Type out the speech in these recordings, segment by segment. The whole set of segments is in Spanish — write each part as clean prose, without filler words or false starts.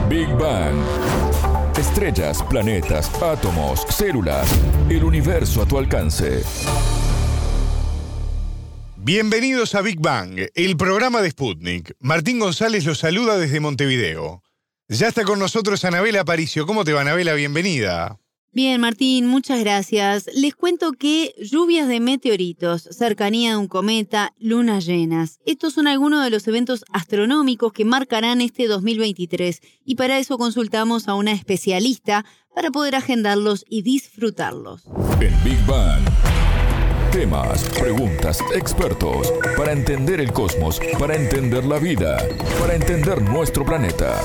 Big Bang. Estrellas, planetas, átomos, células, el universo a tu alcance. Bienvenidos a Big Bang, el programa de Sputnik. Martín González los saluda desde Montevideo. Ya está con nosotros Anabela Aparicio. ¿Cómo te va, Anabela? Bienvenida. Bien, Martín, muchas gracias. Les cuento que lluvias de meteoritos, cercanía de un cometa, lunas llenas. Estos son algunos de los eventos astronómicos que marcarán este 2023 y para eso consultamos a una especialista para poder agendarlos y disfrutarlos. En Big Bang. Temas, preguntas, expertos, para entender el cosmos, para entender la vida, para entender nuestro planeta.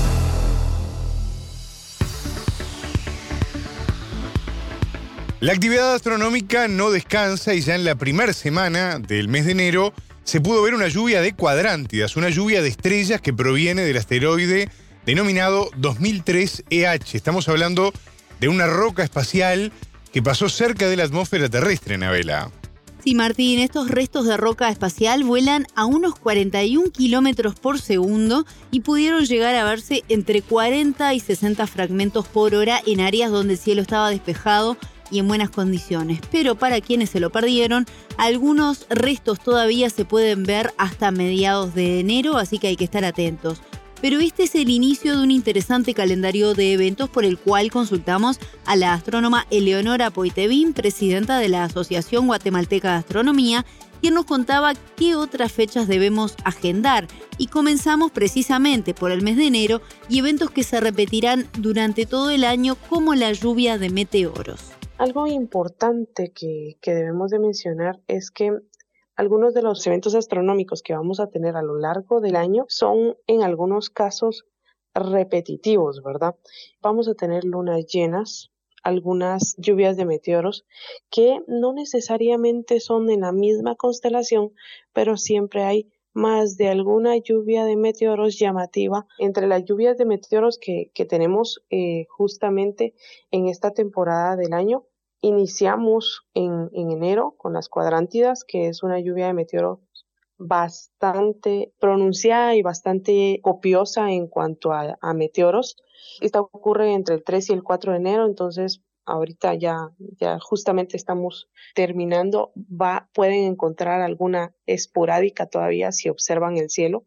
La actividad astronómica no descansa y ya en la primera semana del mes de enero se pudo ver una lluvia de cuadrántidas, una lluvia de estrellas que proviene del asteroide denominado 2003 EH. Estamos hablando de una roca espacial que pasó cerca de la atmósfera terrestre, Anabela. Sí, Martín, estos restos de roca espacial vuelan a unos 41 kilómetros por segundo y pudieron llegar a verse entre 40 y 60 fragmentos por hora en áreas donde el cielo estaba despejado y en buenas condiciones. Pero para quienes se lo perdieron, algunos restos todavía se pueden ver hasta mediados de enero, así que hay que estar atentos. Pero este es el inicio de un interesante calendario de eventos por el cual consultamos a la astrónoma Eleonora Poitevin, presidenta de la Asociación Guatemalteca de Astronomía, quien nos contaba qué otras fechas debemos agendar. Y comenzamos precisamente por el mes de enero y eventos que se repetirán durante todo el año, como la lluvia de meteoros. Algo importante que debemos de mencionar es que algunos de los eventos astronómicos que vamos a tener a lo largo del año son en algunos casos repetitivos, ¿verdad? Vamos a tener lunas llenas, algunas lluvias de meteoros que no necesariamente son en la misma constelación, pero siempre hay más de alguna lluvia de meteoros llamativa. Entre las lluvias de meteoros que tenemos justamente en esta temporada del año, iniciamos en enero con las cuadrántidas, que es una lluvia de meteoros bastante pronunciada y bastante copiosa en cuanto a meteoros. Esta ocurre entre el 3 y el 4 de enero, entonces ahorita ya justamente estamos terminando. Pueden encontrar alguna esporádica todavía si observan el cielo.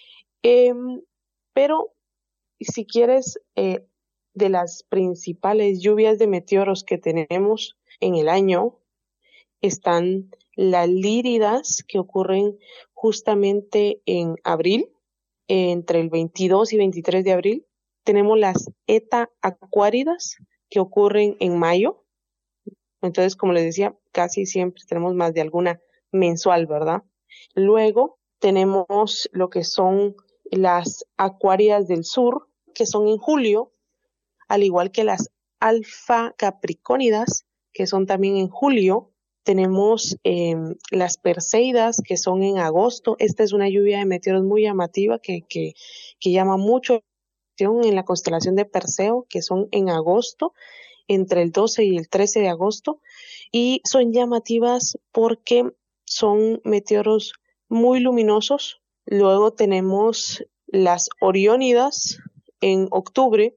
Pero si quieres, de las principales lluvias de meteoros que tenemos en el año están las líridas, que ocurren justamente en abril, entre el 22 y 23 de abril. Tenemos las eta acuáridas, que ocurren en mayo. Entonces, como les decía, casi siempre tenemos más de alguna mensual, ¿verdad? Luego tenemos lo que son las acuáridas del sur, que son en julio, al igual que las alfa capricónidas, que son también en julio. Tenemos las perseidas, que son en agosto. Esta es una lluvia de meteoros muy llamativa que llama mucho la atención en la constelación de Perseo, que son en agosto, entre el 12 y el 13 de agosto. Y son llamativas porque son meteoros muy luminosos. Luego tenemos las oriónidas en octubre,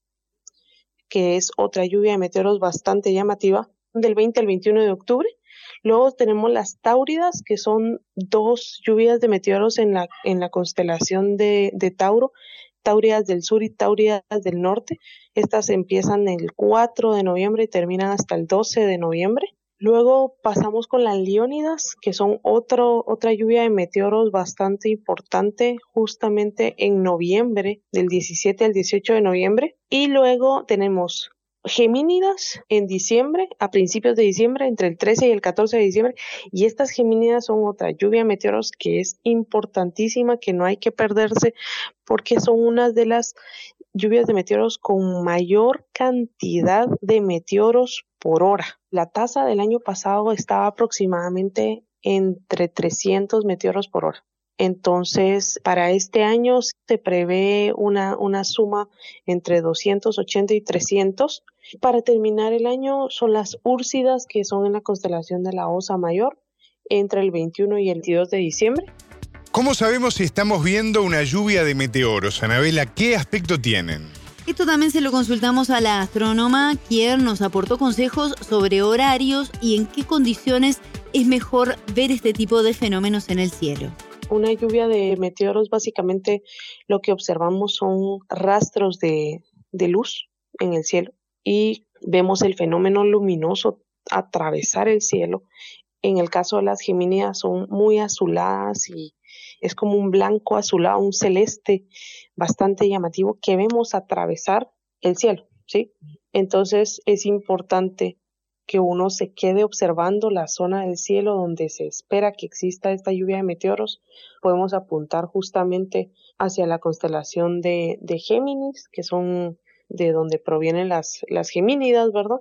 que es otra lluvia de meteoros bastante llamativa, del 20 al 21 de octubre. Luego tenemos las táuridas, que son dos lluvias de meteoros en la constelación de Tauro, táuridas del sur y táuridas del norte. Estas empiezan el 4 de noviembre y terminan hasta el 12 de noviembre. Luego pasamos con las leónidas, que son otra lluvia de meteoros bastante importante, justamente en noviembre, del 17 al 18 de noviembre. Y luego tenemos gemínidas en diciembre, a principios de diciembre, entre el 13 y el 14 de diciembre. Y estas gemínidas son otra lluvia de meteoros que es importantísima, que no hay que perderse, porque son unas de las lluvias de meteoros con mayor cantidad de meteoros por hora. La tasa del año pasado estaba aproximadamente entre 300 meteoros por hora. Entonces, para este año se prevé una suma entre 280 y 300. Para terminar el año son las Úrsidas, que son en la constelación de la Osa Mayor, entre el 21 y el 22 de diciembre. ¿Cómo sabemos si estamos viendo una lluvia de meteoros, Anabela? ¿Qué aspecto tienen? Esto también se lo consultamos a la astrónoma, quien nos aportó consejos sobre horarios y en qué condiciones es mejor ver este tipo de fenómenos en el cielo. Una lluvia de meteoros, básicamente lo que observamos son rastros de luz en el cielo y vemos el fenómeno luminoso atravesar el cielo. En el caso de las Gemínidas son muy azuladas y es como un blanco azulado, un celeste bastante llamativo que vemos atravesar el cielo, ¿sí? Entonces es importante que uno se quede observando la zona del cielo donde se espera que exista esta lluvia de meteoros. Podemos apuntar justamente hacia la constelación de Géminis, que son de donde provienen las Gemínidas, ¿verdad?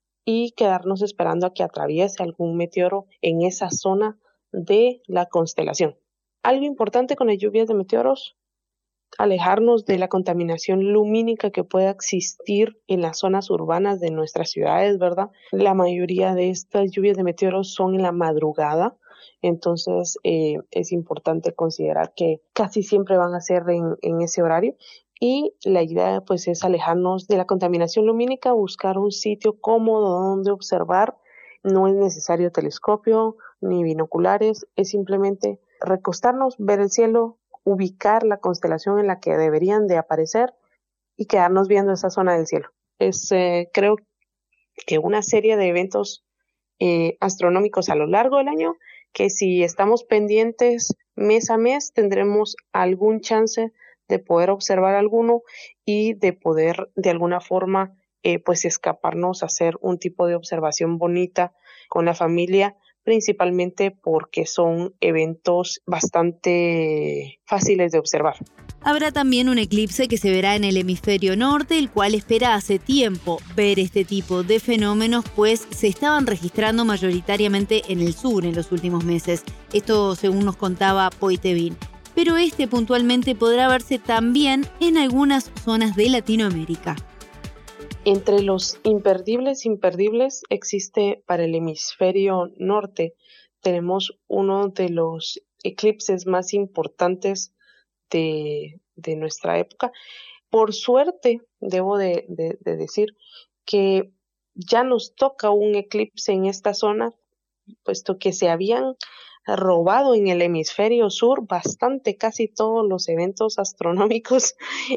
Y quedarnos esperando a que atraviese algún meteoro en esa zona de la constelación. Algo importante con las lluvias de meteoros, alejarnos de la contaminación lumínica que pueda existir en las zonas urbanas de nuestras ciudades, ¿verdad? La mayoría de estas lluvias de meteoros son en la madrugada, entonces es importante considerar que casi siempre van a ser en ese horario. Y la idea pues es alejarnos de la contaminación lumínica, buscar un sitio cómodo donde observar. No es necesario telescopio ni binoculares, es simplemente recostarnos, ver el cielo, ubicar la constelación en la que deberían de aparecer y quedarnos viendo esa zona del cielo. Es creo que una serie de eventos astronómicos a lo largo del año que si estamos pendientes mes a mes tendremos algún chance de poder observar alguno y de poder de alguna forma pues escaparnos a hacer un tipo de observación bonita con la familia, principalmente porque son eventos bastante fáciles de observar. Habrá también un eclipse que se verá en el hemisferio norte, el cual espera hace tiempo ver este tipo de fenómenos, pues se estaban registrando mayoritariamente en el sur en los últimos meses. Esto según nos contaba Poitevin. Pero este puntualmente podrá verse también en algunas zonas de Latinoamérica. Entre los imperdibles existe para el hemisferio norte, tenemos uno de los eclipses más importantes de nuestra época. Por suerte, debo de decir que ya nos toca un eclipse en esta zona, puesto que se habían robado en el hemisferio sur bastante casi todos los eventos astronómicos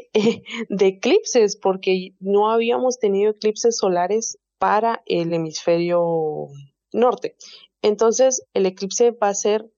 de eclipses, porque no habíamos tenido eclipses solares para el hemisferio norte. Entonces, el eclipse va a ser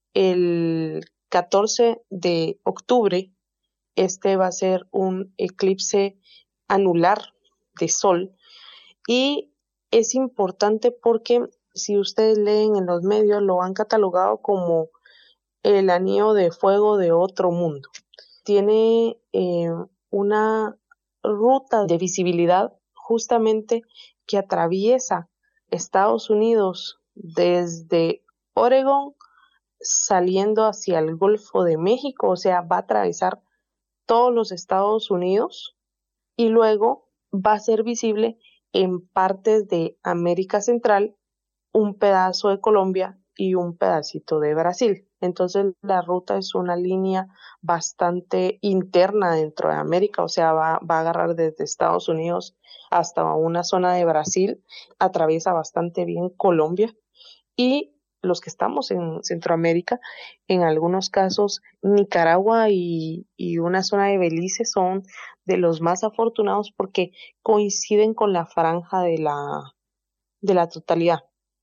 el 14 de octubre. Este va a ser un eclipse anular de sol y es importante porque si ustedes leen en los medios, lo han catalogado como el anillo de fuego de otro mundo. Tiene una ruta de visibilidad justamente que atraviesa Estados Unidos desde Oregón saliendo hacia el Golfo de México, o sea, va a atravesar todos los Estados Unidos y luego va a ser visible en partes de América Central, un pedazo de Colombia y un pedacito de Brasil. Entonces la ruta es una línea bastante interna dentro de América, o sea, va a agarrar desde Estados Unidos hasta una zona de Brasil, atraviesa bastante bien Colombia y los que estamos en Centroamérica, en algunos casos Nicaragua y una zona de Belice son de los más afortunados porque coinciden con la franja de la totalidad.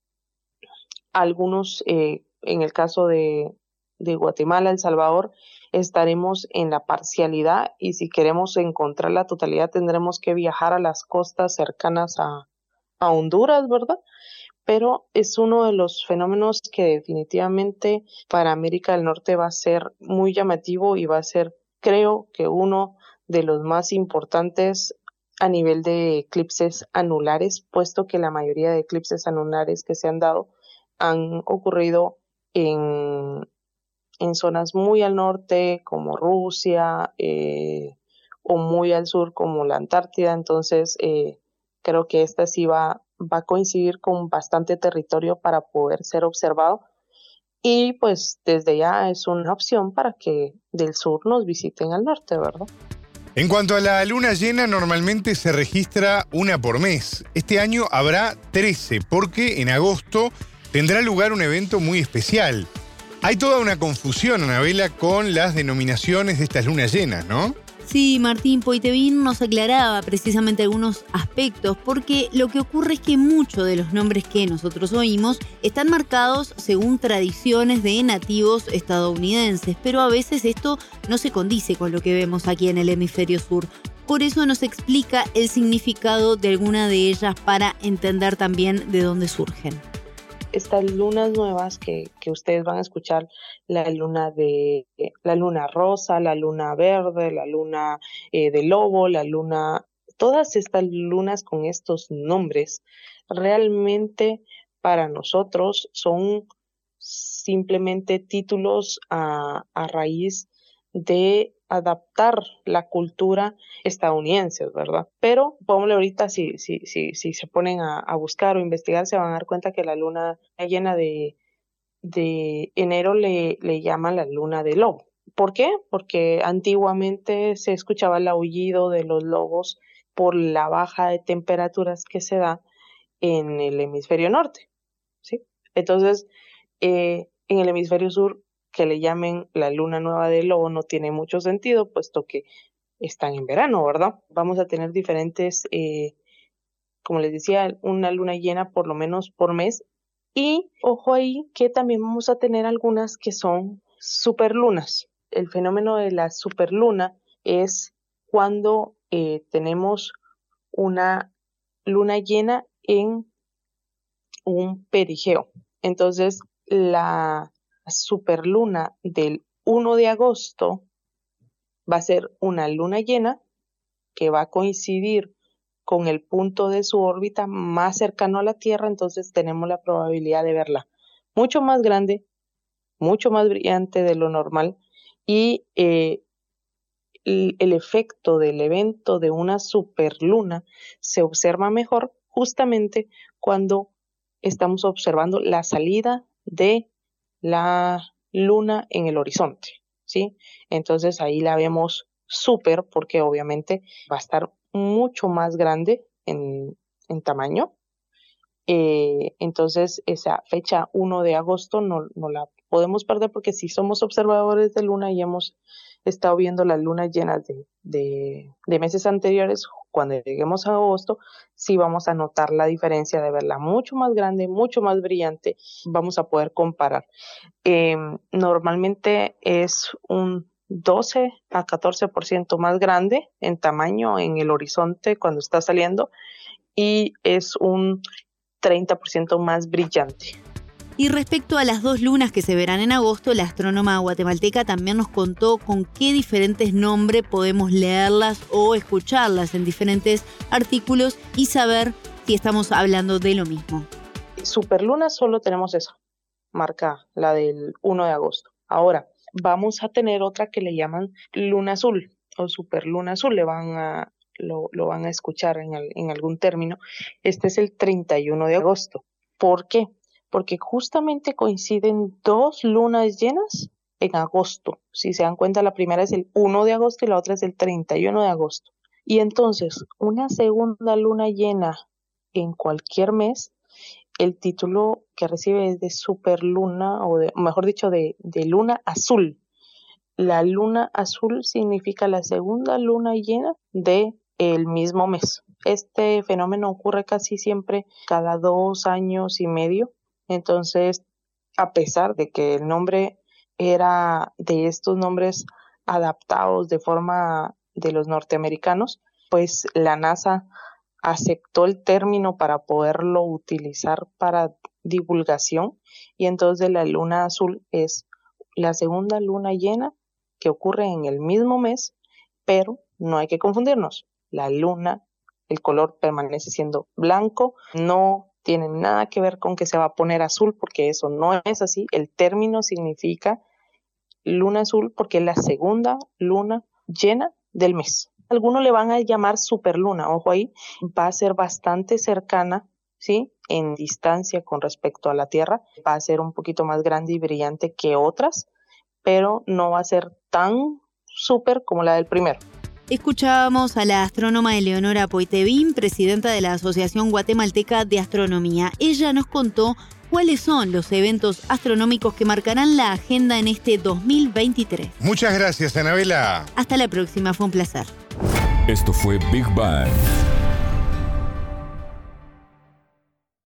Algunos, en el caso de Guatemala, El Salvador, estaremos en la parcialidad y si queremos encontrar la totalidad tendremos que viajar a las costas cercanas a Honduras, ¿verdad? Pero es uno de los fenómenos que definitivamente para América del Norte va a ser muy llamativo y va a ser, creo que uno de los más importantes a nivel de eclipses anulares, puesto que la mayoría de eclipses anulares que se han dado han ocurrido en zonas muy al norte como Rusia o muy al sur como la Antártida. Entonces creo que esta sí va a coincidir con bastante territorio para poder ser observado y pues desde ya es una opción para que del sur nos visiten al norte, ¿verdad? En cuanto a la luna llena, normalmente se registra una por mes. Este año habrá 13, porque en agosto tendrá lugar un evento muy especial. Hay toda una confusión, Anabela, con las denominaciones de estas lunas llenas, ¿no? Sí, Martín Poitevin nos aclaraba precisamente algunos aspectos, porque lo que ocurre es que muchos de los nombres que nosotros oímos están marcados según tradiciones de nativos estadounidenses, pero a veces esto no se condice con lo que vemos aquí en el hemisferio sur. Por eso nos explica el significado de alguna de ellas para entender también de dónde surgen. Estas lunas nuevas que ustedes van a escuchar, la luna rosa, la luna verde, la luna de lobo, todas estas lunas con estos nombres, realmente para nosotros son simplemente títulos a raíz de adaptar la cultura estadounidense, ¿verdad? Pero ponle ahorita, si se ponen a buscar o investigar, se van a dar cuenta que la luna llena de enero le llaman la luna de lobo. ¿Por qué? Porque antiguamente se escuchaba el aullido de los lobos por la baja de temperaturas que se da en el hemisferio norte, ¿sí? Entonces, en el hemisferio sur, que le llamen la luna nueva del lobo no tiene mucho sentido, puesto que están en verano, ¿verdad? Vamos a tener diferentes, como les decía, una luna llena por lo menos por mes. Y ojo ahí que también vamos a tener algunas que son superlunas. El fenómeno de la superluna es cuando tenemos una luna llena en un perigeo. Entonces, la superluna del 1 de agosto va a ser una luna llena que va a coincidir con el punto de su órbita más cercano a la Tierra, entonces tenemos la probabilidad de verla mucho más grande, mucho más brillante de lo normal, y el efecto del evento de una superluna se observa mejor justamente cuando estamos observando la salida de la luna en el horizonte, ¿sí? Entonces ahí la vemos súper porque obviamente va a estar mucho más grande en tamaño. Entonces esa fecha 1 de agosto no la podemos perder porque si somos observadores de luna y hemos estado viendo las lunas llenas de meses anteriores, cuando lleguemos a agosto, sí vamos a notar la diferencia de verla mucho más grande, mucho más brillante, vamos a poder comparar. Normalmente es un 12 a 14% más grande en tamaño en el horizonte cuando está saliendo y es un 30% más brillante. Y respecto a las dos lunas que se verán en agosto, la astrónoma guatemalteca también nos contó con qué diferentes nombres podemos leerlas o escucharlas en diferentes artículos y saber si estamos hablando de lo mismo. Superluna solo tenemos esa, marca la del 1 de agosto. Ahora, vamos a tener otra que le llaman luna azul o superluna azul, lo van a escuchar en algún término. Este es el 31 de agosto. ¿Por qué? Porque justamente coinciden dos lunas llenas en agosto. Si se dan cuenta, la primera es el 1 de agosto y la otra es el 31 de agosto. Y entonces, una segunda luna llena en cualquier mes, el título que recibe es de superluna, mejor dicho, de luna azul. La luna azul significa la segunda luna llena del mismo mes. Este fenómeno ocurre casi siempre cada 2 años y medio. Entonces, a pesar de que el nombre era de estos nombres adaptados de forma de los norteamericanos, pues la NASA aceptó el término para poderlo utilizar para divulgación y entonces la luna azul es la segunda luna llena que ocurre en el mismo mes, pero no hay que confundirnos. La luna, el color permanece siendo blanco, no tiene nada que ver con que se va a poner azul porque eso no es así. El término significa luna azul porque es la segunda luna llena del mes. Algunos le van a llamar superluna, ojo ahí, va a ser bastante cercana, ¿sí? en distancia con respecto a la Tierra. Va a ser un poquito más grande y brillante que otras, pero no va a ser tan súper como la del primero. Escuchábamos a la astrónoma Eleonora Poitevin, presidenta de la Asociación Guatemalteca de Astronomía. Ella nos contó cuáles son los eventos astronómicos que marcarán la agenda en este 2023. Muchas gracias, Anabela. Hasta la próxima, fue un placer. Esto fue Big Bang.